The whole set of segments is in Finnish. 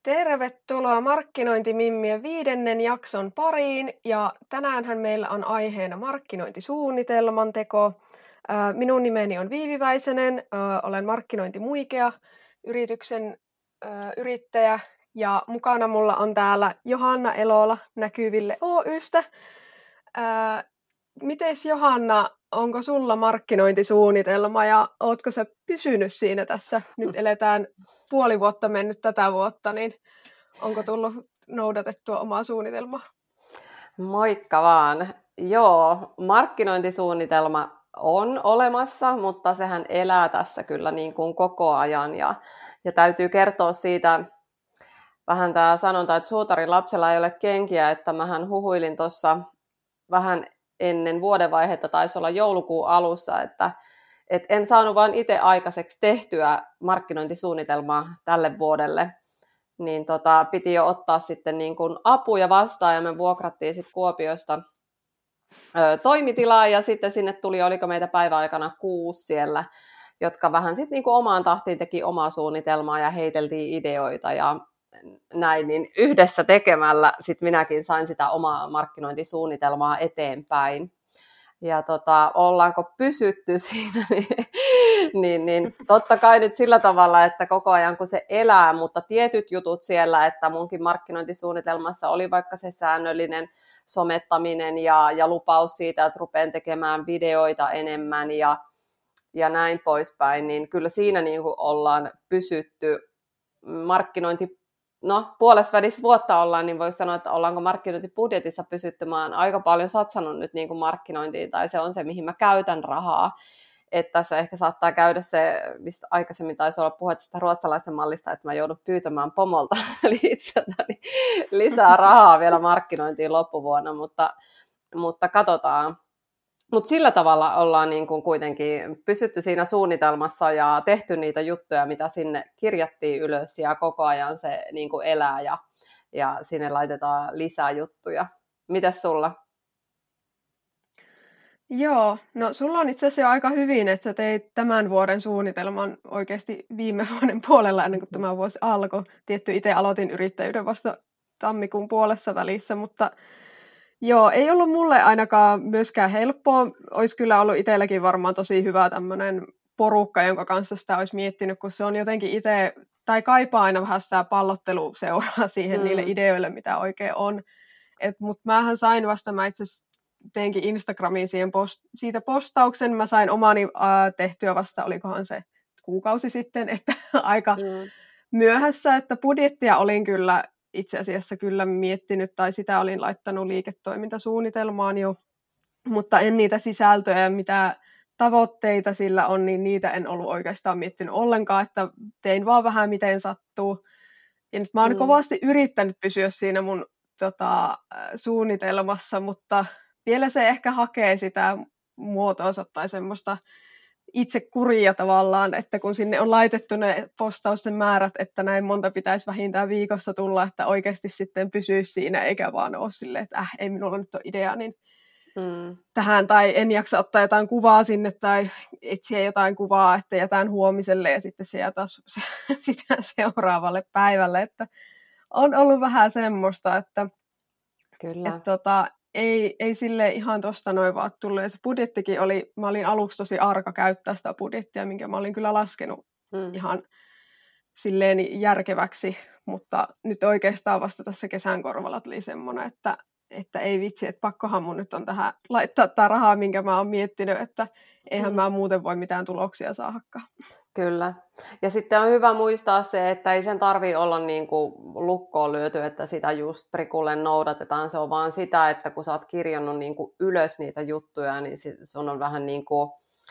Tervetuloa Markkinointimimmien 5. jakson pariin ja tänäänhän meillä on aiheena markkinointisuunnitelman teko. Minun nimeni on Viivi Väisänen, olen markkinointimuikea yrityksen yrittäjä ja mukana mulla on täällä Johanna Elola Näkyville Oystä. Mites Johanna, onko sulla markkinointisuunnitelma ja ootko sä pysynyt siinä tässä? Nyt eletään puoli vuotta mennyt tätä vuotta, niin onko tullut noudatettua omaa suunnitelmaa? Moikka vaan. Joo, markkinointisuunnitelma on olemassa, mutta sehän elää tässä kyllä niin kuin koko ajan. Ja täytyy kertoa siitä vähän tämä sanonta, että suutarin lapsella ei ole kenkiä, että mähän huhuilin tuossa vähän ennen vuodenvaihetta, taisi olla joulukuun alussa, että en saanut vaan itse aikaiseksi tehtyä markkinointisuunnitelmaa tälle vuodelle. Niin piti jo ottaa sitten niin kuin apuja vastaan ja me vuokrattiin sitten Kuopiosta toimitilaa ja sitten sinne tuli, oliko meitä päiväaikana 6 siellä, jotka vähän sitten niin kuin omaan tahtiin teki omaa suunnitelmaa ja heiteltiin ideoita ja näin, niin yhdessä tekemällä sitten minäkin sain sitä omaa markkinointisuunnitelmaa eteenpäin. Ja ollaanko pysytty siinä, niin totta kai nyt sillä tavalla, että koko ajan kun se elää, mutta tietyt jutut siellä, että munkin markkinointisuunnitelmassa oli vaikka se säännöllinen somettaminen ja lupaus siitä, että rupean tekemään videoita enemmän ja näin poispäin, niin kyllä siinä niin kuin ollaan pysytty puolessavälissä vuotta ollaan, niin voisi sanoa, että ollaanko markkinointibudjetissa pysytty. Mä oon aika paljon satsannut nyt niin kuin markkinointiin, tai se on se, mihin mä käytän rahaa. Että tässä ehkä saattaa käydä se, mistä aikaisemmin taisi olla puhe tästä ruotsalaisten mallista, että mä joudun pyytämään pomolta eli itseltäni lisää rahaa vielä markkinointiin loppuvuonna, mutta katsotaan. Mutta sillä tavalla ollaan niin kuin kuitenkin pysytty siinä suunnitelmassa ja tehty niitä juttuja, mitä sinne kirjattiin ylös ja koko ajan se niin kuin elää ja sinne laitetaan lisää juttuja. Mitäs sulla? Joo, no sulla on itse asiassa jo aika hyvin, että sä teit tämän vuoden suunnitelman oikeasti viime vuoden puolella ennen kuin tämä vuosi alkoi. Tietty itse aloitin yrittäjyyden vasta tammikuun puolessa välissä, mutta joo, ei ollut mulle ainakaan myöskään helppoa. Olisi kyllä ollut itselläkin varmaan tosi hyvä tämmöinen porukka, jonka kanssa sitä olisi miettinyt, kun se on jotenkin itse, tai kaipaa aina vähän sitä pallotteluseuraa siihen niille ideoille, mitä oikein on. Mutta mähän sain vasta, mä itse asiassa teinkin Instagramiin siitä postauksen, mä sain omani tehtyä vasta, olikohan se kuukausi sitten, että aika myöhässä, että budjettia olin kyllä itse asiassa kyllä miettinyt, tai sitä olin laittanut liiketoimintasuunnitelmaan jo, mutta en niitä sisältöjä, mitä tavoitteita sillä on, niin niitä en ollut oikeastaan miettinyt ollenkaan, että tein vaan vähän miten sattuu. Ja nyt mä oon kovasti yrittänyt pysyä siinä mun suunnitelmassa, mutta vielä se ehkä hakee sitä muotoonsa tai semmoista itsekuria tavallaan, että kun sinne on laitettu ne postausten määrät, että näin monta pitäisi vähintään viikossa tulla, että oikeasti sitten pysyisi siinä, eikä vaan ole silleen, että ei minulla nyt ole idea, niin tähän, tai en jaksa ottaa jotain kuvaa sinne, tai etsiä jotain kuvaa, että jätän huomiselle, ja sitten se jätä sitä seuraavalle päivälle, että on ollut vähän semmoista, että Kyllä. Ei sille ihan tosta noin vaan tullut. Ja se budjettikin oli, mä olin aluksi tosi arka käyttää sitä budjettia, minkä mä olin kyllä laskenut ihan silleen järkeväksi, mutta nyt oikeastaan vasta tässä kesän korvalla tuli semmoinen, että ei vitsi, että pakkohan mun nyt on tähän laittaa tämä rahaa, minkä mä oon miettinyt, että eihän mä muuten voi mitään tuloksia saadakaan. Kyllä. Ja sitten on hyvä muistaa se, että ei sen tarvitse olla niin kuin lukkoon lyöty, että sitä just prikulleen noudatetaan. Se on vaan sitä, että kun sä oot kirjannut niin kuin ylös niitä juttuja, niin sun on vähän niin kuin,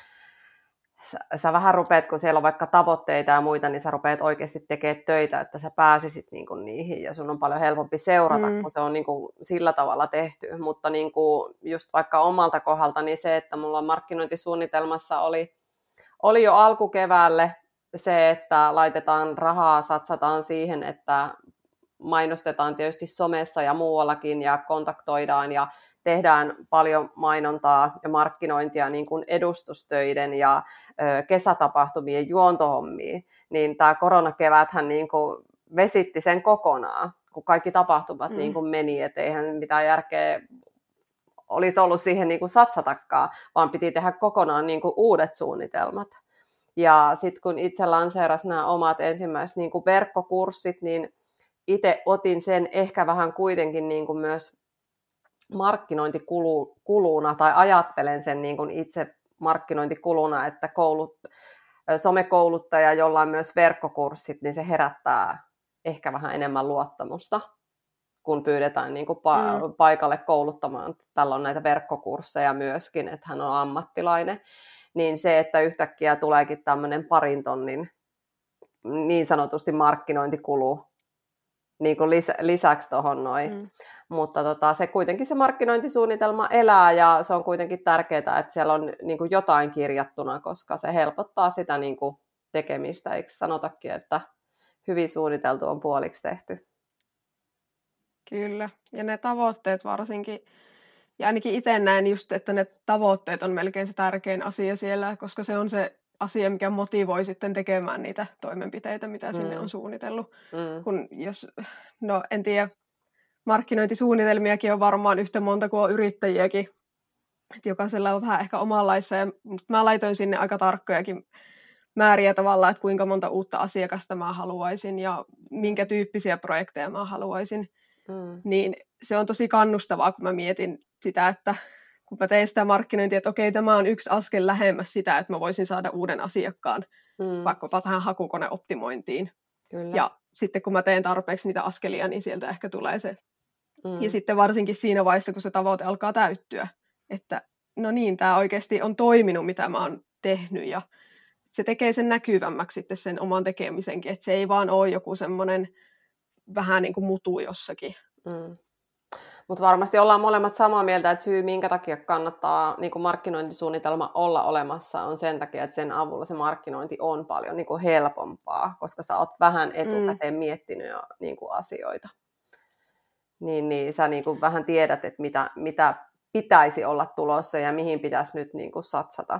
sä vähän rupeat, kun siellä on vaikka tavoitteita ja muita, niin sä rupeat oikeasti tekemään töitä, että sä pääsisit niin kuin niihin ja sun on paljon helpompi seurata, kun se on niin kuin sillä tavalla tehty. Mutta niin kuin just vaikka omalta kohdalta, niin se, että mulla markkinointisuunnitelmassa oli jo alkukeväälle se, että laitetaan rahaa, satsataan siihen, että mainostetaan tietysti somessa ja muuallakin ja kontaktoidaan ja tehdään paljon mainontaa ja markkinointia niin kuin edustustöiden ja kesätapahtumien juontohommiin. Niin tämä koronakeväthän niin kuin vesitti sen kokonaan, kun kaikki tapahtumat niin kuin meni, että eihän mitään järkeä olisi ollut siihen niin kuin satsatakaan, vaan piti tehdä kokonaan niin kuin uudet suunnitelmat. Ja sitten kun itse lanseerasin nämä omat ensimmäiset niin kuin verkkokurssit, niin itse otin sen ehkä vähän kuitenkin niin kuin myös markkinointikuluna, tai ajattelen sen niin kuin itse markkinointikuluna, että somekouluttaja, jolla on myös verkkokurssit, niin se herättää ehkä vähän enemmän luottamusta, kun pyydetään niin kuin paikalle kouluttamaan. Tällä on näitä verkkokursseja myöskin, että hän on ammattilainen. Niin se, että yhtäkkiä tuleekin tämmöinen 2 tonnin niin sanotusti markkinointikulu niin kuin lisäksi tuohon noin. Mutta se kuitenkin se markkinointisuunnitelma elää, ja se on kuitenkin tärkeää, että siellä on niin kuin jotain kirjattuna, koska se helpottaa sitä niin kuin tekemistä. Eikö sanotakin, että hyvin suunniteltu on puoliksi tehty? Kyllä, ja ne tavoitteet varsinkin, ja ainakin itse näen just, että ne tavoitteet on melkein se tärkein asia siellä, koska se on se asia, mikä motivoi sitten tekemään niitä toimenpiteitä, mitä sinne on suunnitellut. Kun no en tiedä, markkinointisuunnitelmiakin on varmaan yhtä monta kuin on yrittäjiäkin, että jokaisella on vähän ehkä omanlaissa, mutta mä laitoin sinne aika tarkkojakin määriä tavallaan, että kuinka monta uutta asiakasta mä haluaisin ja minkä tyyppisiä projekteja mä haluaisin. Niin se on tosi kannustavaa, kun mä mietin sitä, että kun mä teen sitä markkinointia, että okei, tämä on yksi askel lähemmäs sitä, että mä voisin saada uuden asiakkaan vaikkapa tähän hakukoneoptimointiin. Kyllä. Ja sitten kun mä teen tarpeeksi niitä askelia, niin sieltä ehkä tulee se. Ja sitten varsinkin siinä vaiheessa, kun se tavoite alkaa täyttyä, että no niin, tämä oikeasti on toiminut, mitä mä oon tehnyt, ja se tekee sen näkyvämmäksi sitten sen oman tekemisenkin, että se ei vaan ole joku semmoinen vähän niin kuin mutu jossakin. Mutta varmasti ollaan molemmat samaa mieltä, että syy, minkä takia kannattaa niin kuin markkinointisuunnitelma olla olemassa, on sen takia, että sen avulla se markkinointi on paljon niin kuin helpompaa, koska sä oot vähän etukäteen miettinyt jo niin kuin asioita. Niin sä niin kuin vähän tiedät, että mitä pitäisi olla tulossa ja mihin pitäisi nyt niin kuin satsata.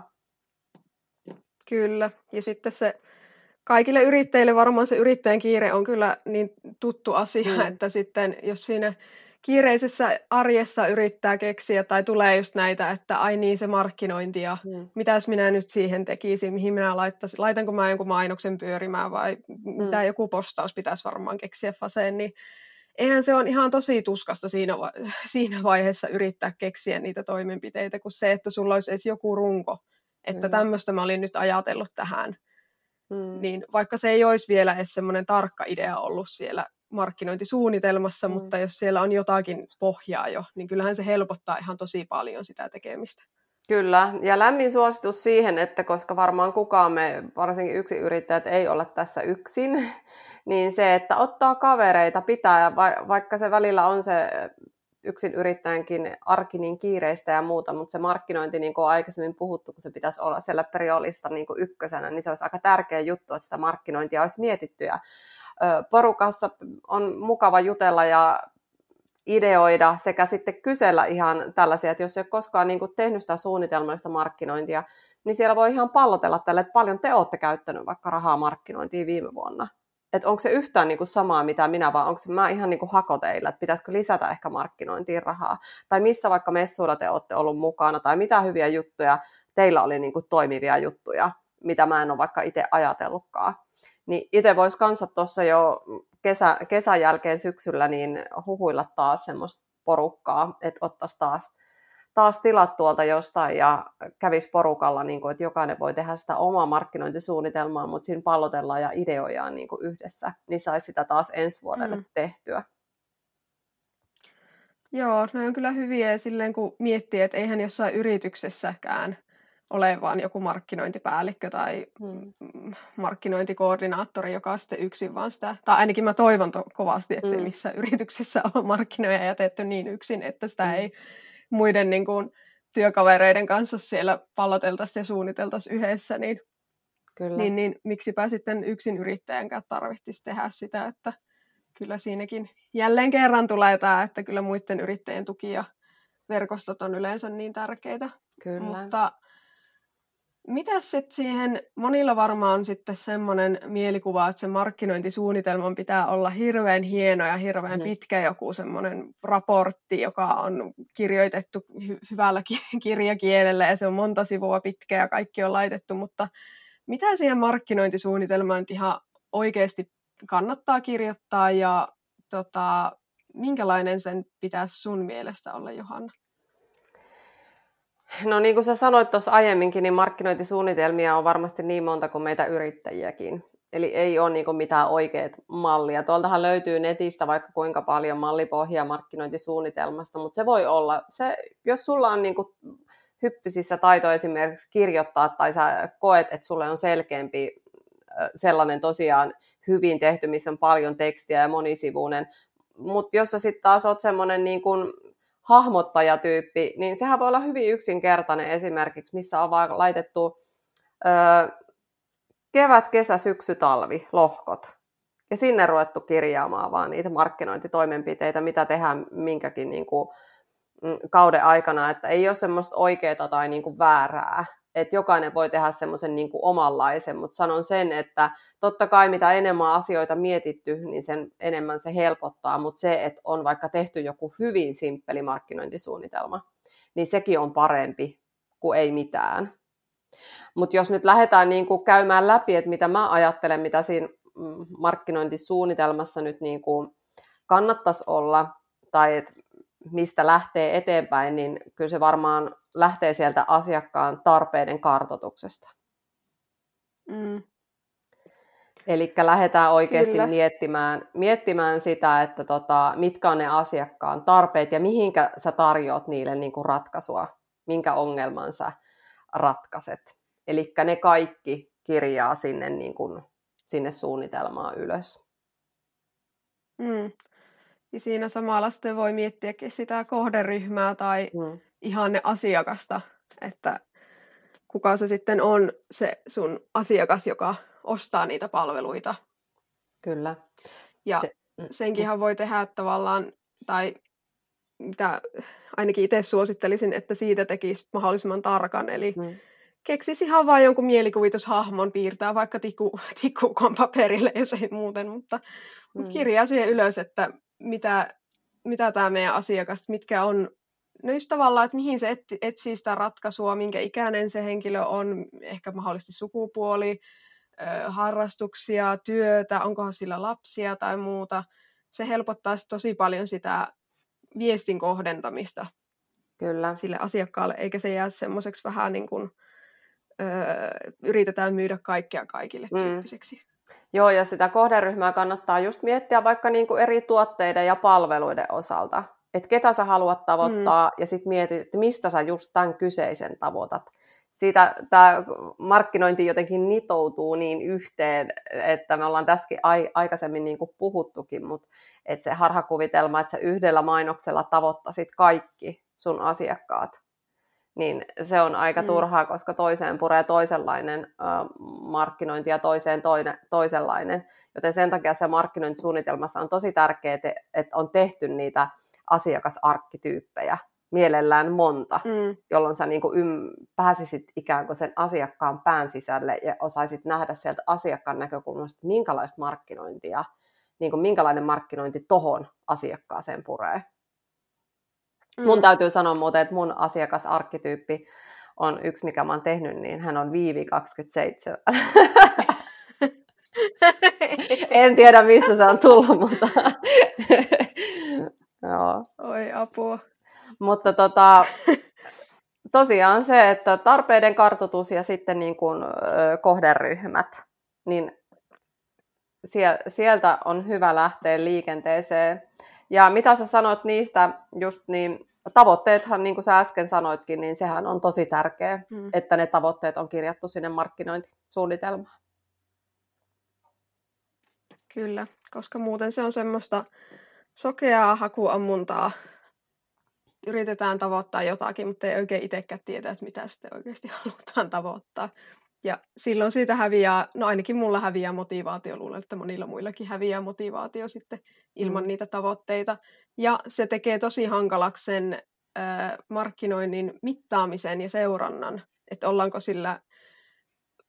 Kyllä, ja sitten se kaikille yrittäjille varmaan se yrittäjän kiire on kyllä niin tuttu asia, että sitten jos siinä kiireisessä arjessa yrittää keksiä tai tulee just näitä, että ai niin se markkinointi ja mitäs minä nyt siihen tekisin, mihin minä laittaisin, laitanko mä jonkun mainoksen pyörimään vai mitä joku postaus pitäisi varmaan keksiä faseen, niin eihän se on ihan tosi tuskasta siinä vaiheessa yrittää keksiä niitä toimenpiteitä, kuin se, että sulla olisi edes joku runko, että tämmöistä mä olin nyt ajatellut tähän. Niin vaikka se ei olisi vielä edes semmoinen tarkka idea ollut siellä markkinointisuunnitelmassa, mutta jos siellä on jotakin pohjaa jo, niin kyllähän se helpottaa ihan tosi paljon sitä tekemistä. Kyllä, ja lämmin suositus siihen, että koska varmaan kukaan me, varsinkin yksinyrittäjät, ei ole tässä yksin, niin se, että ottaa kavereita pitää, ja vaikka se välillä on se yksinyrittäjänkin arki niin kiireistä ja muuta, mutta se markkinointi, niin kuin on aikaisemmin puhuttu, kun se pitäisi olla siellä priolista niin kuin ykkösenä, niin se olisi aika tärkeä juttu, että sitä markkinointia olisi mietitty. Ja porukassa on mukava jutella ja ideoida sekä sitten kysellä ihan tällaisia, että jos ei ole koskaan niin kuin tehnyt sitä suunnitelmallista markkinointia, niin siellä voi ihan pallotella tälle, että paljon te olette käyttänyt vaikka rahaa markkinointiin viime vuonna. Että onko se yhtään niin kuin samaa mitä minä, vai onko se mä ihan niin kuin hakoteilla, että pitäisikö lisätä ehkä markkinointiin rahaa, tai missä vaikka messuilla te olette ollut mukana, tai mitä hyviä juttuja teillä oli niin kuin toimivia juttuja, mitä mä en ole vaikka itse ajatellutkaan. Niin itse voisi kanssa tuossa jo kesän jälkeen syksyllä niin huhuilla taas semmoista porukkaa, että ottaisi taas tilat tuolta jostain ja kävisi porukalla, niin kuin, että jokainen voi tehdä sitä omaa markkinointisuunnitelmaa, mutta siinä pallotellaan ja ideoidaan niin kuin yhdessä, niin saisi sitä taas ensi vuodelle tehtyä. Joo, ne on kyllä hyviä ja silleen kun miettii, että eihän jossain yrityksessäkään ole vaan joku markkinointipäällikkö tai markkinointikoordinaattori, joka on sitten yksin vaan sitä, tai ainakin mä toivon kovasti, että missä yrityksessä on markkinoja jätetty niin yksin, että sitä ei muiden niin kuin, työkavereiden kanssa siellä palloteltaisiin ja suunniteltaisiin yhdessä, niin miksipä sitten yksin yrittäjänkään tarvitsisi tehdä sitä, että kyllä siinäkin jälleen kerran tulee tämä, että kyllä muiden yrittäjien tuki ja verkostot on yleensä niin tärkeitä. Kyllä. Mutta Mitäs sitten siihen, monilla varmaan on sitten semmoinen mielikuva, että se markkinointisuunnitelman pitää olla hirveän hieno ja hirveän pitkä joku semmoinen raportti, joka on kirjoitettu hyvällä kirjakielellä ja se on monta sivua pitkä ja kaikki on laitettu, mutta mitä siihen markkinointisuunnitelmaan ihan oikeasti kannattaa kirjoittaa ja minkälainen sen pitäisi sun mielestä olla, Johanna? No niin kuin sä sanoit tuossa aiemminkin, niin markkinointisuunnitelmia on varmasti niin monta kuin meitä yrittäjiäkin. Eli ei ole niin kuin mitään oikeat mallia. Tuoltahan löytyy netistä vaikka kuinka paljon mallipohjaa markkinointisuunnitelmasta, mutta se voi olla, jos sulla on niin kuin hyppysissä taito esimerkiksi kirjoittaa tai sä koet, että sulle on selkeämpi sellainen tosiaan hyvin tehty, missä on paljon tekstiä ja monisivuinen, mutta jos sä sitten taas oot semmoinen niin kuin hahmottajatyyppi, niin sehän voi olla hyvin yksinkertainen esimerkiksi, missä on vaan laitettu kevät, kesä, syksy, talvi, lohkot. Ja sinne ruvettu kirjaamaan vaan niitä markkinointitoimenpiteitä, mitä tehdään minkäkin niin kuin kauden aikana, että ei ole semmoista oikeaa tai niin kuin väärää. Että jokainen voi tehdä semmoisen niin kuin omanlaisen, mutta sanon sen, että totta kai mitä enemmän asioita mietitty, niin sen enemmän se helpottaa, mutta se, että on vaikka tehty joku hyvin simppeli markkinointisuunnitelma, niin sekin on parempi kuin ei mitään. Mutta jos nyt lähdetään niin kuin käymään läpi, että mitä mä ajattelen, mitä siinä markkinointisuunnitelmassa nyt niin kuin kannattaisi olla, tai että mistä lähtee eteenpäin, niin kyllä se varmaan lähtee sieltä asiakkaan tarpeiden kartoituksesta. Eli lähdetään oikeasti miettimään sitä, että mitkä on ne asiakkaan tarpeet ja mihinkä sä tarjoat niille niin kuin ratkaisua, minkä ongelman sä ratkaiset. Eli ne kaikki kirjaa sinne, niin kuin, sinne suunnitelmaan ylös. Ja siinä samalla sitten voi miettiäkin sitä kohderyhmää tai ihanne asiakasta, että kuka se sitten on se sun asiakas, joka ostaa niitä palveluita. Kyllä. Ja senkinhän voi tehdä tavallaan, tai mitä ainakin itse suosittelisin, että siitä tekisi mahdollisimman tarkan. Eli keksisi ihan vaan jonkun mielikuvitushahmon, piirtää vaikka tikkuukon paperille, jos ei muuten, mutta kirjaa siihen ylös, että mitä tämä meidän asiakas, mitkä on, no just tavallaan, että mihin se etsii sitä ratkaisua, minkä ikäinen se henkilö on, ehkä mahdollisesti sukupuoli, harrastuksia, työtä, onkohan sillä lapsia tai muuta. Se helpottaa tosi paljon sitä viestin kohdentamista sille asiakkaalle, eikä se jää semmoiseksi vähän niin kuin yritetään myydä kaikkea kaikille tyyppiseksi. Joo, ja sitä kohderyhmää kannattaa just miettiä vaikka niin kuin eri tuotteiden ja palveluiden osalta. Että ketä sä haluat tavoittaa, ja sitten mietit, että mistä sä just tämän kyseisen tavoitat. Siitä tämä markkinointi jotenkin nitoutuu niin yhteen, että me ollaan tästäkin aikaisemmin niin kuin puhuttukin, mutta että se harhakuvitelma, että sä yhdellä mainoksella tavoittaisit kaikki sun asiakkaat, niin se on aika turhaa, koska toiseen puree toisenlainen markkinointi ja toiseen toisenlainen. Joten sen takia se markkinointisuunnitelmassa on tosi tärkeää, että on tehty niitä asiakasarkkityyppejä, mielellään monta, jolloin sä niin kuin pääsisit ikään kuin sen asiakkaan pään sisälle ja osaisit nähdä sieltä asiakkaan näkökulmasta, minkälaista markkinointia, niin kuin minkälainen markkinointi tohon asiakkaaseen puree. Mun täytyy sanoa muuten, että mun asiakasarkkityyppi on yksi, mikä mä oon tehnyt, niin hän on Viivi 27. En tiedä, mistä se on tullut, mutta joo. Oi apua. Mutta tosiaan se, että tarpeiden kartoitus ja sitten niin kuin kohderyhmät, niin sieltä on hyvä lähteä liikenteeseen. Ja mitä sä sanoit niistä, just niin tavoitteethan, niin kuin sä äsken sanoitkin, niin sehän on tosi tärkeä, että ne tavoitteet on kirjattu sinne markkinointisuunnitelmaan. Kyllä, koska muuten se on semmoista sokeaa hakuammuntaa. Yritetään tavoittaa jotakin, mutta ei oikein itsekään tiedä, että mitä sitten oikeasti halutaan tavoittaa. Ja silloin siitä häviää, no ainakin mulla häviää motivaatio, luulen, että monilla muillakin häviää motivaatio sitten ilman niitä tavoitteita. Ja se tekee tosi hankalaksi sen markkinoinnin mittaamisen ja seurannan, että ollaanko sillä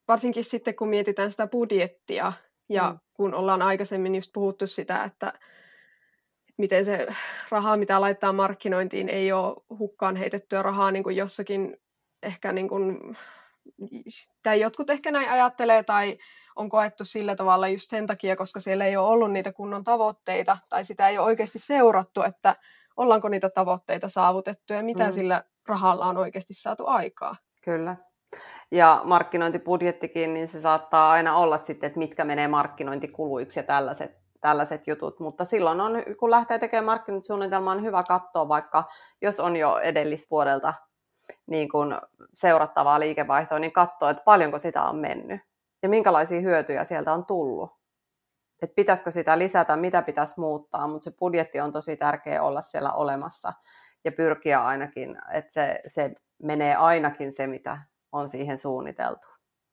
varsinkin sitten, kun mietitään sitä budjettia, ja kun ollaan aikaisemmin just puhuttu sitä, että miten se raha, mitä laittaa markkinointiin, ei ole hukkaan heitettyä rahaa niin kuin jossakin ehkä niin kuin, tai jotkut ehkä näin ajattelee, tai on koettu sillä tavalla just sen takia, koska siellä ei ole ollut niitä kunnon tavoitteita, tai sitä ei ole oikeasti seurattu, että ollaanko niitä tavoitteita saavutettu, ja mitä sillä rahalla on oikeasti saatu aikaa. Kyllä. Ja markkinointibudjettikin, niin se saattaa aina olla sitten, että mitkä menee markkinointikuluiksi ja tällaiset jutut, mutta silloin on, kun lähtee tekemään markkinointisuunnitelmaa, on hyvä katsoa vaikka, jos on jo edellisvuodelta niin kuin seurattavaa liikevaihtoa, niin katsoa, että paljonko sitä on mennyt ja minkälaisia hyötyjä sieltä on tullut. Että pitäisikö sitä lisätä, mitä pitäisi muuttaa, mutta se budjetti on tosi tärkeä olla siellä olemassa ja pyrkiä ainakin, että se menee ainakin se, mitä on siihen suunniteltu.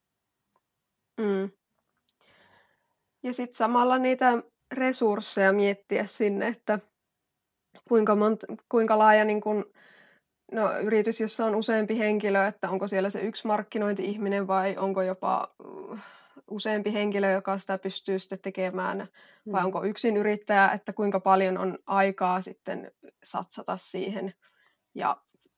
Ja sitten samalla niitä resursseja miettiä sinne, että kuinka laaja niin kun, yritys, jossa on useampi henkilö, että onko siellä se yksi markkinointi-ihminen vai onko jopa useampi henkilö, joka sitä pystyy sitten tekemään, vai onko yksin yrittäjä, että kuinka paljon on aikaa sitten satsata siihen. Ja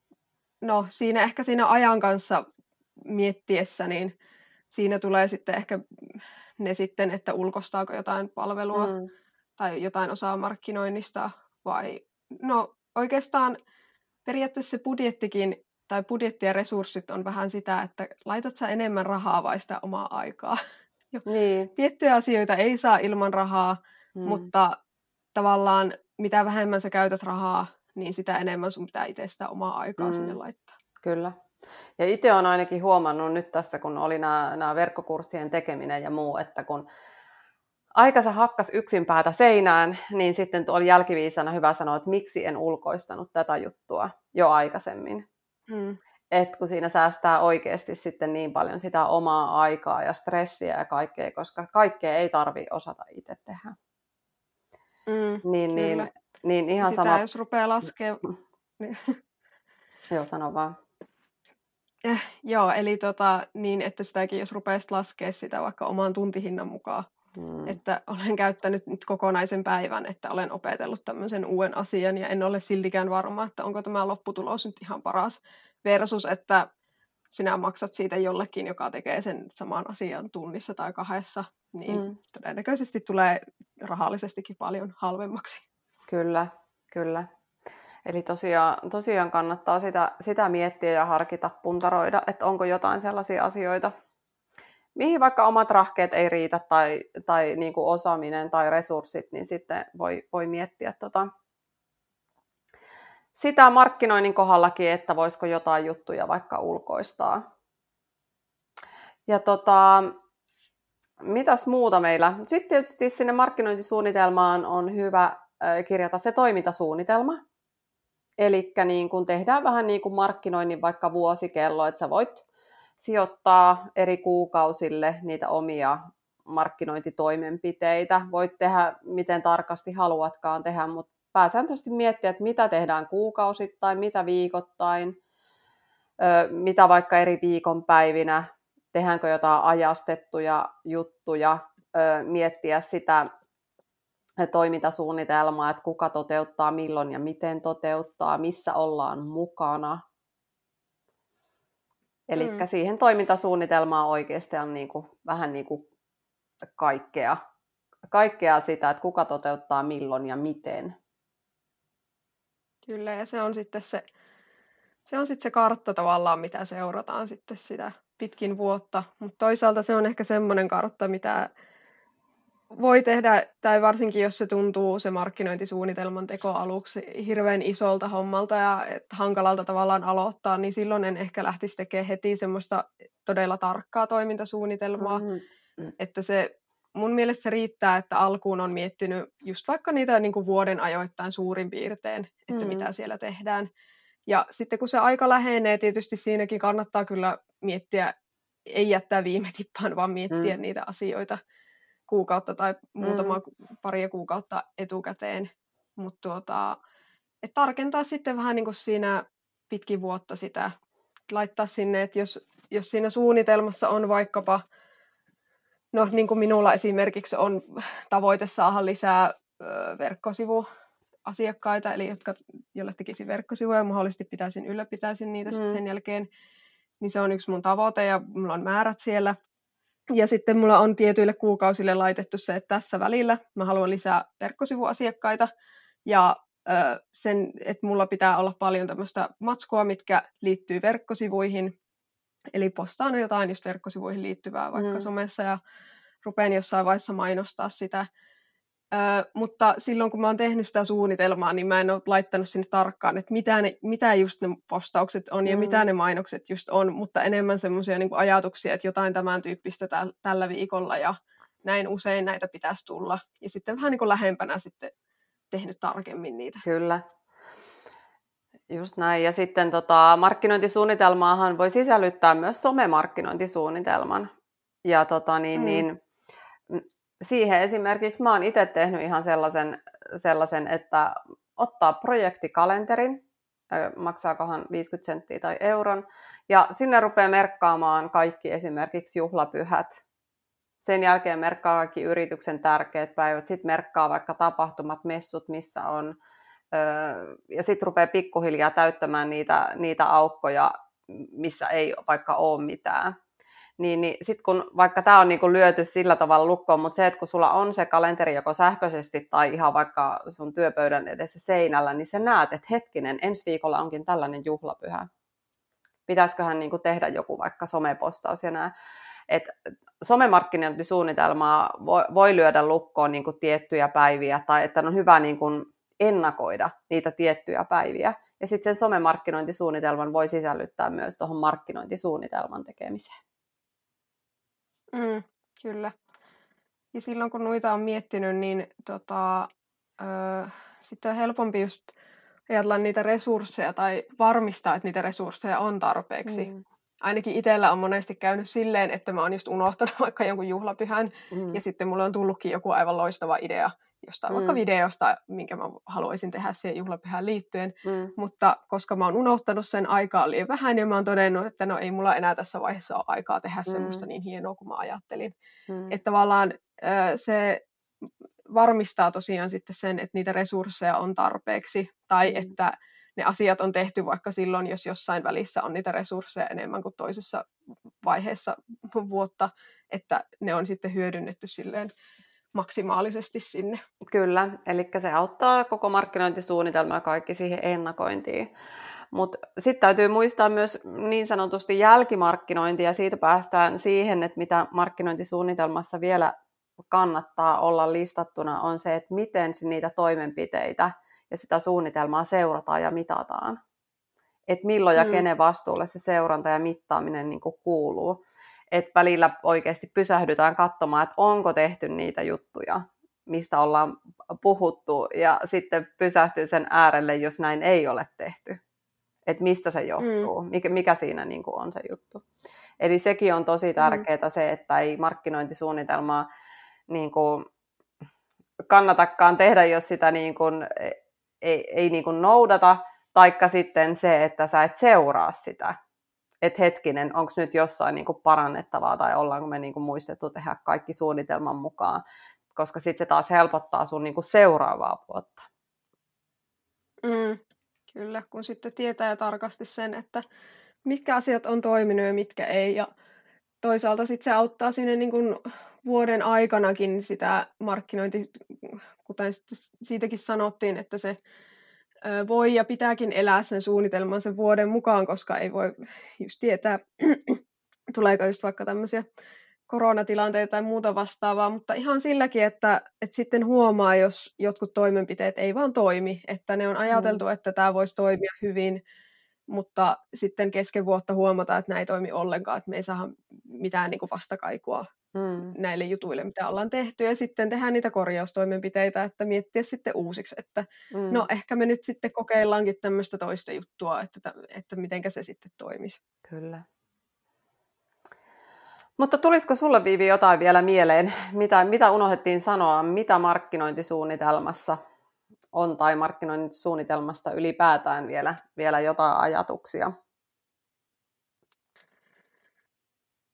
siinä ajan kanssa miettiessä, niin siinä tulee sitten ehkä ne sitten, että ulkostaako jotain palvelua tai jotain osaa markkinoinnista, vai oikeastaan periaatteessa se budjettikin tai budjetti ja resurssit on vähän sitä, että laitat sä enemmän rahaa vai sitä omaa aikaa. Niin. Tiettyjä asioita ei saa ilman rahaa, mutta tavallaan mitä vähemmän sä käytät rahaa, niin sitä enemmän sun pitää itse sitä omaa aikaa sinne laittaa. Kyllä. Ja itse olen ainakin huomannut nyt tässä, kun oli nämä verkkokurssien tekeminen ja muu, että kun aikansa hakkas yksin päätä seinään, niin sitten oli jälkiviisana hyvä sanoa, että miksi en ulkoistanut tätä juttua jo aikaisemmin. Että kun siinä säästää oikeasti sitten niin paljon sitä omaa aikaa ja stressiä ja kaikkea, koska kaikkea ei tarvitse osata itse tehdä. Niin ihan sitä sama. Jos rupeaa laskemaan... Joo, sano vaan. Joo, eli niin, että sitäkin jos rupeaisit laskemaan sitä vaikka oman tuntihinnan mukaan, että olen käyttänyt nyt kokonaisen päivän, että olen opetellut tämmöisen uuden asian ja en ole siltikään varma, että onko tämä lopputulos nyt ihan paras versus, että sinä maksat siitä jollekin, joka tekee sen saman asian tunnissa tai 2, niin todennäköisesti tulee rahallisestikin paljon halvemmaksi. Kyllä, kyllä. Eli tosiaan kannattaa sitä miettiä ja harkita, puntaroida, että onko jotain sellaisia asioita, mihin vaikka omat rahkeet ei riitä tai niin kuin osaaminen tai resurssit, niin sitten voi miettiä sitä markkinoinnin kohdallakin, että voisiko jotain juttuja vaikka ulkoistaa. Ja mitäs muuta meillä? Sitten tietysti sinne markkinointisuunnitelmaan on hyvä kirjata se toimintasuunnitelma. Eli niin kun tehdään vähän niin kuin markkinoinnin vaikka vuosikello, että sä voit sijoittaa eri kuukausille niitä omia markkinointitoimenpiteitä. Voit tehdä miten tarkasti haluatkaan tehdä, mutta pääsääntöisesti miettiä, että mitä tehdään kuukausittain, mitä viikoittain, mitä vaikka eri viikonpäivinä, tehdäänkö jotain ajastettuja juttuja, miettiä sitä toimintasuunnitelmaa, että kuka toteuttaa, milloin ja miten toteuttaa, missä ollaan mukana. Eli siihen toimintasuunnitelmaan oikeasti on vähän niin kuin kaikkea sitä, että kuka toteuttaa, milloin ja miten. Kyllä, ja se on sitten se kartta tavallaan, mitä seurataan sitten sitä pitkin vuotta. Mutta toisaalta se on ehkä semmoinen kartta, mitä voi tehdä, tai varsinkin jos se tuntuu se markkinointisuunnitelman teko aluksi hirveän isolta hommalta ja hankalalta tavallaan aloittaa, niin silloin en ehkä lähtisi tekemään heti semmoista todella tarkkaa toimintasuunnitelmaa. Että se, mun mielestä se riittää, että alkuun on miettinyt just vaikka niitä niin kuin vuoden ajoittain suurin piirtein, että mitä siellä tehdään. Ja sitten kun se aika lähenee, tietysti siinäkin kannattaa kyllä miettiä, ei jättää viime tippaan, vaan miettiä niitä asioita kuukautta tai paria kuukautta etukäteen. Mutta tarkentaa sitten vähän niin kuin siinä pitkin vuotta sitä, laittaa sinne, että jos siinä suunnitelmassa on vaikkapa, no niin kuin minulla esimerkiksi on tavoite saada lisää verkkosivuasiakkaita, eli joille tekisin verkkosivuja ja mahdollisesti ylläpitäisin niitä sitten sen jälkeen, niin se on yksi mun tavoite ja mulla on määrät siellä. Ja sitten mulla on tietyille kuukausille laitettu se, että tässä välillä mä haluan lisää verkkosivuasiakkaita ja sen, että mulla pitää olla paljon tämmöistä matskua, mitkä liittyy verkkosivuihin. Eli postaan jotain just verkkosivuihin liittyvää vaikka somessa ja rupean jossain vaiheessa mainostaa sitä. Mutta silloin kun mä oon tehnyt sitä suunnitelmaa, niin mä en ole laittanut sinne tarkkaan, että mitä just ne postaukset on ja mitä ne mainokset just on, mutta enemmän semmoisia niin kuin ajatuksia, että jotain tämän tyyppistä tällä viikolla ja näin usein näitä pitäisi tulla. Ja sitten vähän niin kuin lähempänä sitten tehnyt tarkemmin niitä. Kyllä. Just näin. Ja sitten markkinointisuunnitelmaahan voi sisällyttää myös somemarkkinointisuunnitelman. Ja siihen esimerkiksi mä oon itse tehnyt ihan sellaisen, että ottaa projektikalenterin, maksaakohan 50 senttiä tai euron, ja sinne rupeaa merkkaamaan kaikki esimerkiksi juhlapyhät. Sen jälkeen merkkaa kaikki yrityksen tärkeät päivät, sitten merkkaa vaikka tapahtumat, messut, missä on, ja sitten rupeaa pikkuhiljaa täyttämään niitä aukkoja, missä ei vaikka ole mitään. Niin sitten kun vaikka tämä on niinku lyöty sillä tavalla lukkoon, mutta se, että kun sulla on se kalenteri joko sähköisesti tai ihan vaikka sun työpöydän edessä seinällä, niin sä näet, että hetkinen, ensi viikolla onkin tällainen juhlapyhä. Pitäisiköhän niinku tehdä joku vaikka somepostaus ja nää. Et somemarkkinointisuunnitelmaa voi lyödä lukkoon niinku tiettyjä päiviä tai että on hyvä niinku ennakoida niitä tiettyjä päiviä. Ja sitten sen somemarkkinointisuunnitelman voi sisällyttää myös tuohon markkinointisuunnitelman tekemiseen. Kyllä. Ja silloin kun noita on miettinyt, niin sitten on helpompi just ajatella niitä resursseja tai varmistaa, että niitä resursseja on tarpeeksi. Ainakin itsellä on monesti käynyt silleen, että mä oon just unohtanut vaikka jonkun juhlapyhän ja sitten mulle on tullutkin joku aivan loistava idea jostain vaikka videosta, minkä mä haluaisin tehdä siihen juhlapyhään liittyen. Mutta koska mä oon unohtanut sen, aikaa liian vähän ja mä oon todennut, että no ei mulla enää tässä vaiheessa ole aikaa tehdä semmoista niin hienoa kuin mä ajattelin. Että tavallaan se varmistaa tosiaan sitten sen, että niitä resursseja on tarpeeksi tai että ne asiat on tehty vaikka silloin, jos jossain välissä on niitä resursseja enemmän kuin toisessa vaiheessa vuotta, että ne on sitten hyödynnetty silleen maksimaalisesti sinne. Kyllä, eli se auttaa koko markkinointisuunnitelmaa kaikki siihen ennakointiin. Mutta sitten täytyy muistaa myös niin sanotusti jälkimarkkinointi, ja siitä päästään siihen, että mitä markkinointisuunnitelmassa vielä kannattaa olla listattuna, on se, että miten niitä toimenpiteitä ja sitä suunnitelmaa seurataan ja mitataan. Että milloin ja kenen vastuulle se seuranta ja mittaaminen niin kuin kuuluu. Että välillä oikeasti pysähdytään katsomaan, että onko tehty niitä juttuja, mistä ollaan puhuttu, ja sitten pysähtyy sen äärelle, jos näin ei ole tehty. Että mistä se johtuu, mikä siinä niin kuin on se juttu. Eli sekin on tosi tärkeää se, että ei markkinointisuunnitelmaa niin kuin kannatakaan tehdä, jos sitä niin kuin ei niin kuin noudata, taikka sitten se, että sä et seuraa sitä. Että hetkinen, onko nyt jossain niin kuin parannettavaa tai ollaanko me niin kuin muistettu tehdä kaikki suunnitelman mukaan, koska sitten se taas helpottaa sun niin kuin seuraavaa vuotta. Kyllä, kun sitten tietää jo tarkasti sen, että mitkä asiat on toiminut ja mitkä ei. Ja toisaalta sitten se auttaa sinne niin kuin vuoden aikanakin sitä markkinointi, kuten siitäkin sanottiin, että se voi ja pitääkin elää sen suunnitelman sen vuoden mukaan, koska ei voi just tietää, tuleeko just vaikka tämmöisiä koronatilanteita tai muuta vastaavaa, mutta ihan silläkin, että sitten huomaa, jos jotkut toimenpiteet ei vaan toimi, että ne on ajateltu, että tämä voisi toimia hyvin, mutta sitten kesken vuotta huomataan, että nämä ei toimi ollenkaan, että me ei saa mitään niin kuin vastakaikua näille jutuille, mitä ollaan tehty, ja sitten tehdään niitä korjaustoimenpiteitä, että miettiä sitten uusiksi, että no ehkä me nyt sitten kokeillaankin tämmöistä toista juttua, että mitenkä se sitten toimisi. Kyllä. Mutta tulisiko sulle, Viivi, jotain vielä mieleen, mitä unohdettiin sanoa, mitä markkinointisuunnitelmassa on, tai markkinointisuunnitelmasta ylipäätään vielä jotain ajatuksia?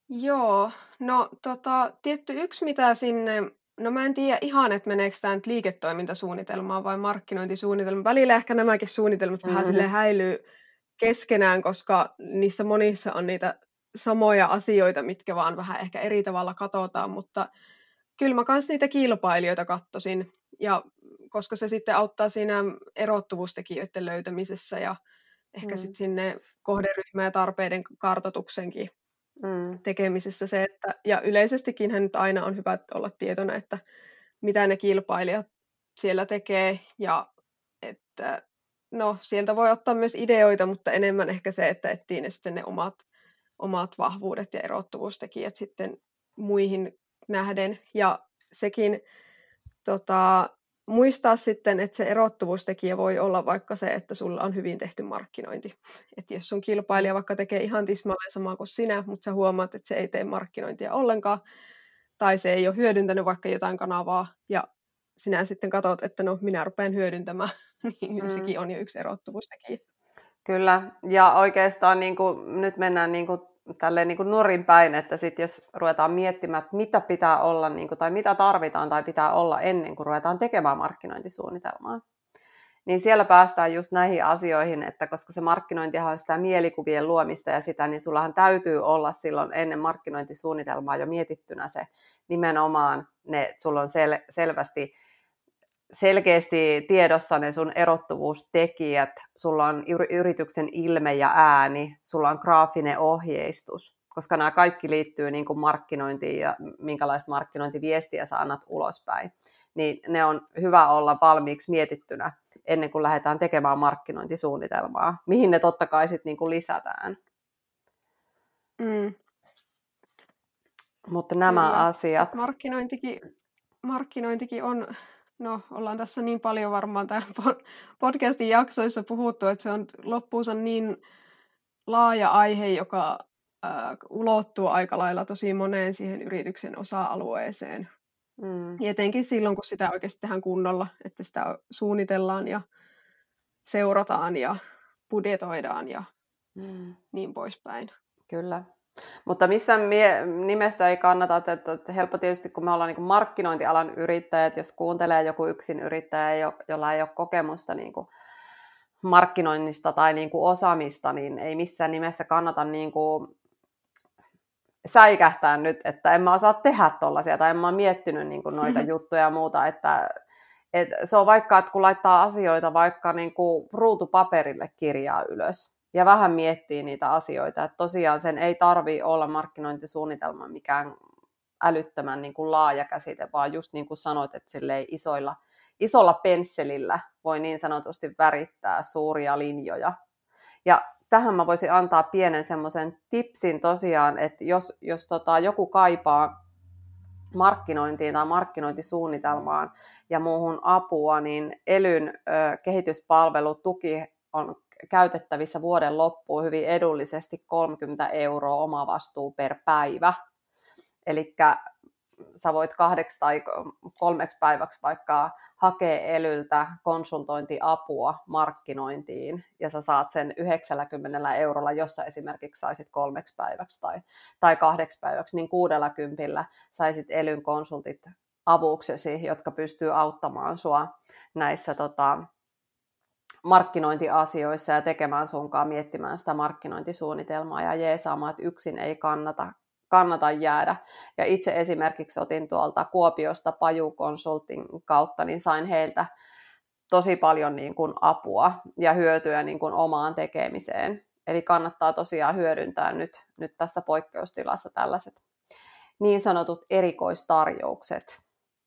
Joo, no tietty yksi mitä sinne, no mä en tiedä ihan, että meneekö tämä nyt liiketoimintasuunnitelmaan vai markkinointisuunnitelmaan. Välillä ehkä nämäkin suunnitelmat vähän silleen häilyy keskenään, koska niissä monissa on niitä samoja asioita, mitkä vaan vähän ehkä eri tavalla katsotaan, mutta kyllä mä kans niitä kilpailijoita kattosin, ja koska se sitten auttaa siinä erottuvuustekijöiden löytämisessä ja ehkä sitten sinne kohderyhmä ja tarpeiden kartoituksenkin tekemisessä se, että, ja yleisestikinhän nyt aina on hyvä olla tietona, että mitä ne kilpailijat siellä tekee, ja että no sieltä voi ottaa myös ideoita, mutta enemmän ehkä se, että etsii ne sitten ne omat vahvuudet ja erottuvuustekijät sitten muihin nähden, ja sekin muistaa sitten, että se erottuvuustekijä voi olla vaikka se, että sulla on hyvin tehty markkinointi. Että jos sun kilpailija vaikka tekee ihan tismalleen samaa kuin sinä, mutta sä huomaat, että se ei tee markkinointia ollenkaan, tai se ei ole hyödyntänyt vaikka jotain kanavaa, ja sinä sitten katsot, että no minä rupean hyödyntämään, niin sekin on jo yksi erottuvuustekijä. Kyllä, ja oikeastaan niin kuin, nyt mennään niin kuin, tälleen niin kuin nurin päin, että sit jos ruvetaan miettimään, että mitä pitää olla niin kuin, tai mitä tarvitaan tai pitää olla ennen kuin ruvetaan tekemään markkinointisuunnitelmaa, niin siellä päästään just näihin asioihin, että koska se markkinointihan on sitä mielikuvien luomista ja sitä, niin sullahan täytyy olla silloin ennen markkinointisuunnitelmaa jo mietittynä se nimenomaan, sulla on selkeästi tiedossa ne sun erottuvuustekijät, sulla on yrityksen ilme ja ääni, sulla on graafinen ohjeistus, koska nämä kaikki liittyy niin kuin markkinointiin ja minkälaista markkinointiviestiä sä annat ulospäin. Niin ne on hyvä olla valmiiksi mietittynä ennen kuin lähdetään tekemään markkinointisuunnitelmaa, mihin ne totta kai sitten niin kuin lisätään. Mutta nämä Kyllä. asiat. Markkinointikin on, no ollaan tässä niin paljon varmaan tämän podcastin jaksoissa puhuttu, että se on loppuunsa niin laaja aihe, joka ulottuu aika lailla tosi moneen siihen yrityksen osa-alueeseen. Ja etenkin silloin, kun sitä oikeasti tehdään kunnolla, että sitä suunnitellaan ja seurataan ja budjetoidaan ja niin poispäin. Kyllä. Mutta missään nimessä ei kannata, että helppo tietysti, kun me ollaan niin markkinointialan yrittäjät, jos kuuntelee joku yksin yrittäjä, jolla ei ole kokemusta niin kuin markkinoinnista tai niin kuin osaamista, niin ei missään nimessä kannata niin kuin säikähtää nyt, että en mä osaa tehdä tollaisia, tai en mä ole miettinyt niin kuin noita juttuja ja muuta, että se on vaikka, että kun laittaa asioita vaikka niin kuin ruutupaperille kirjaa ylös, ja vähän miettii niitä asioita, että tosiaan sen ei tarvitse olla markkinointisuunnitelma mikään älyttömän niin kuin laaja käsite, vaan just niin kuin sanoit, että isolla pensselillä voi niin sanotusti värittää suuria linjoja. Ja tähän mä voisin antaa pienen semmoisen tipsin tosiaan, että jos joku kaipaa markkinointiin tai markkinointisuunnitelmaan ja muuhun apua, niin ELYn kehityspalvelutuki on käytettävissä vuoden loppuun hyvin edullisesti 30 € omavastuu per päivä. Eli sä voit 2 tai 3 päiväksi vaikka hakea ELYltä konsultointiapua markkinointiin, ja sä saat sen 90 €, jos sä esimerkiksi saisit 3 päiväksi tai 2 päiväksi, niin 60 saisit ELYn konsultit avuksesi, jotka pystyy auttamaan sua näissä markkinointiasioissa ja tekemään sunkaan, miettimään sitä markkinointisuunnitelmaa ja jeesaamaan, että yksin ei kannata jäädä. Ja itse esimerkiksi otin tuolta Kuopiosta Paju Consulting kautta, niin sain heiltä tosi paljon niin kuin apua ja hyötyä niin kuin omaan tekemiseen. Eli kannattaa tosiaan hyödyntää nyt tässä poikkeustilassa tällaiset niin sanotut erikoistarjoukset.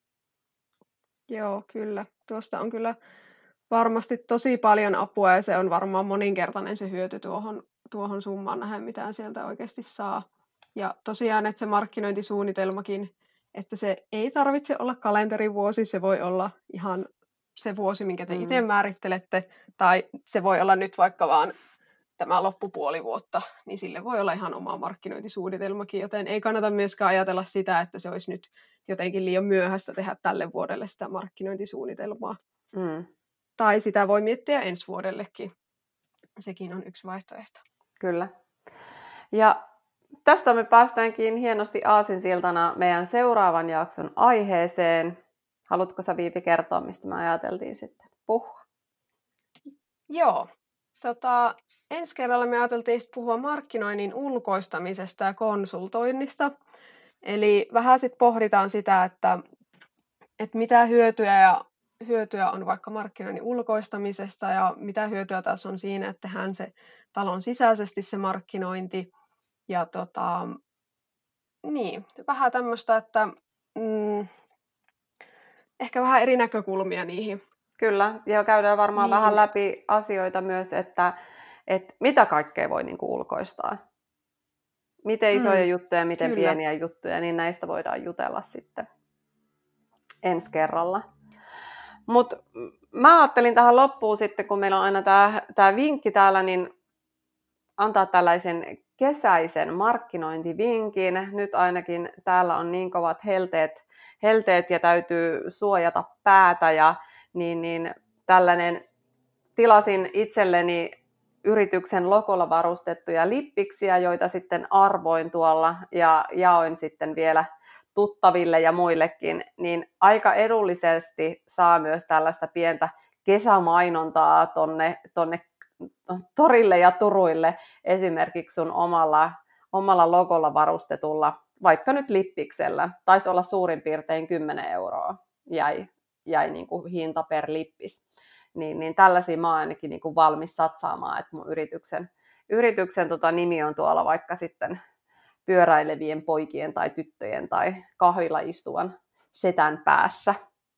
Joo, kyllä. Tuosta on kyllä varmasti tosi paljon apua, ja se on varmaan moninkertainen se hyöty tuohon summaan nähden, mitä sieltä oikeasti saa. Ja tosiaan, että se markkinointisuunnitelmakin, että se ei tarvitse olla kalenterivuosi, se voi olla ihan se vuosi, minkä te itse määrittelette, tai se voi olla nyt vaikka vaan tämä loppupuoli vuotta, niin sille voi olla ihan oma markkinointisuunnitelmakin, joten ei kannata myöskään ajatella sitä, että se olisi nyt jotenkin liian myöhäistä tehdä tälle vuodelle sitä markkinointisuunnitelmaa. Tai sitä voi miettiä ensi vuodellekin. Sekin on yksi vaihtoehto. Kyllä. Ja tästä me päästäänkin hienosti aasinsiltana meidän seuraavan jakson aiheeseen. Haluatko sä, Viipi, kertoa, mistä me ajateltiin sitten puhua? Joo. Ensi kerralla me ajateltiin puhua markkinoinnin ulkoistamisesta ja konsultoinnista. Eli vähän sitten pohditaan sitä, että mitä hyötyä on vaikka markkinoinnin ulkoistamisesta ja mitä hyötyä taas on siinä, että tehdään se talon sisäisesti se markkinointi. Ja vähän tämmöistä, että ehkä vähän eri näkökulmia niihin. Kyllä, ja käydään varmaan vähän läpi asioita myös, että mitä kaikkea voi niin kuin ulkoistaa. Miten isoja juttuja, miten pieniä juttuja, niin näistä voidaan jutella sitten ensi kerralla. Mutta mä ajattelin tähän loppuun sitten, kun meillä on aina tämä vinkki täällä, niin antaa tällaisen kesäisen markkinointivinkin. Nyt ainakin täällä on niin kovat helteet ja täytyy suojata päätä ja niin tällainen tilasin itselleni yrityksen logolla varustettuja lippiksiä, joita sitten arvoin tuolla ja jaoin sitten vielä tuttaville ja muillekin, niin aika edullisesti saa myös tällaista pientä kesämainontaa tonne torille ja turuille esimerkiksi sun omalla logolla varustetulla, vaikka nyt lippiksellä, taisi olla suurin piirtein 10 € jäi niin kuin hinta per lippis. Niin tällaisia mä oon ainakin niin kuin valmis satsaamaan, että mun yrityksen nimi on tuolla vaikka sitten pyöräilevien poikien tai tyttöjen tai kahvilla istuvan setän päässä.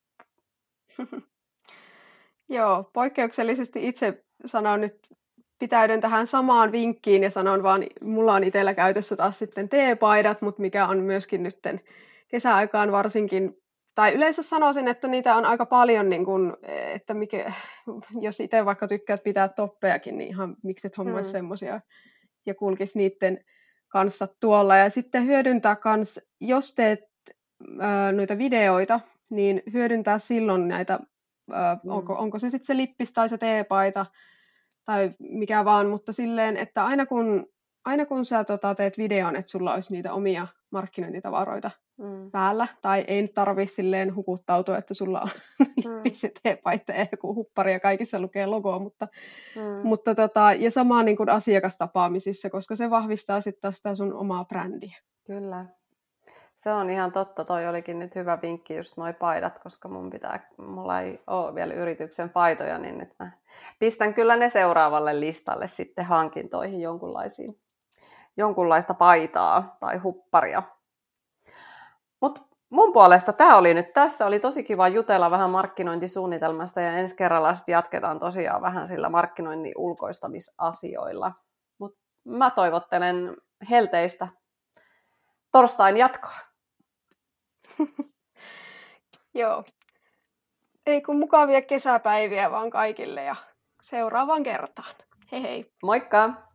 Joo, poikkeuksellisesti itse sanon nyt, pitäydyn tähän samaan vinkkiin ja sanon vaan, mulla on itsellä käytössä taas sitten teepaidat, mutta mikä on myöskin nytten kesäaikaan varsinkin, tai yleensä sanoisin, että niitä on aika paljon, niin kun, että jos itse vaikka tykkäät pitää toppejakin, niin ihan miksi et hommaisi semmoisia ja kulkisi niiden kanssa tuolla. Ja sitten hyödyntää kans, jos teet noita videoita, niin hyödyntää silloin näitä, onko se sitten se lippis tai se teepaita tai mikä vaan, mutta silleen, että aina kun sä teet videon, että sulla olisi niitä omia markkinointitavaroita päällä, tai ei nyt tarvitse silleen hukuttautua, että sulla on lippis ja teepaita ja joku huppari ja kaikissa lukee logo, mutta ja sama niin kuin asiakastapaamisissa, koska se vahvistaa sitten sitä sun omaa brändiä. Kyllä. Se on ihan totta. Toi olikin nyt hyvä vinkki just noi paidat, koska mulla ei ole vielä yrityksen paitoja, niin nyt mä pistän kyllä ne seuraavalle listalle sitten hankintoihin jonkunlaista paitaa tai hupparia. Mutta mun puolesta tämä oli nyt tässä. Oli tosi kiva jutella vähän markkinointisuunnitelmasta ja ensi kerralla sitten jatketaan tosiaan vähän sillä markkinoinnin ulkoistamisasioilla. Mutta mä toivottelen helteistä torstain jatkoa. Joo. Ei kun mukavia kesäpäiviä vaan kaikille ja seuraavaan kertaan. Hei hei. Moikka!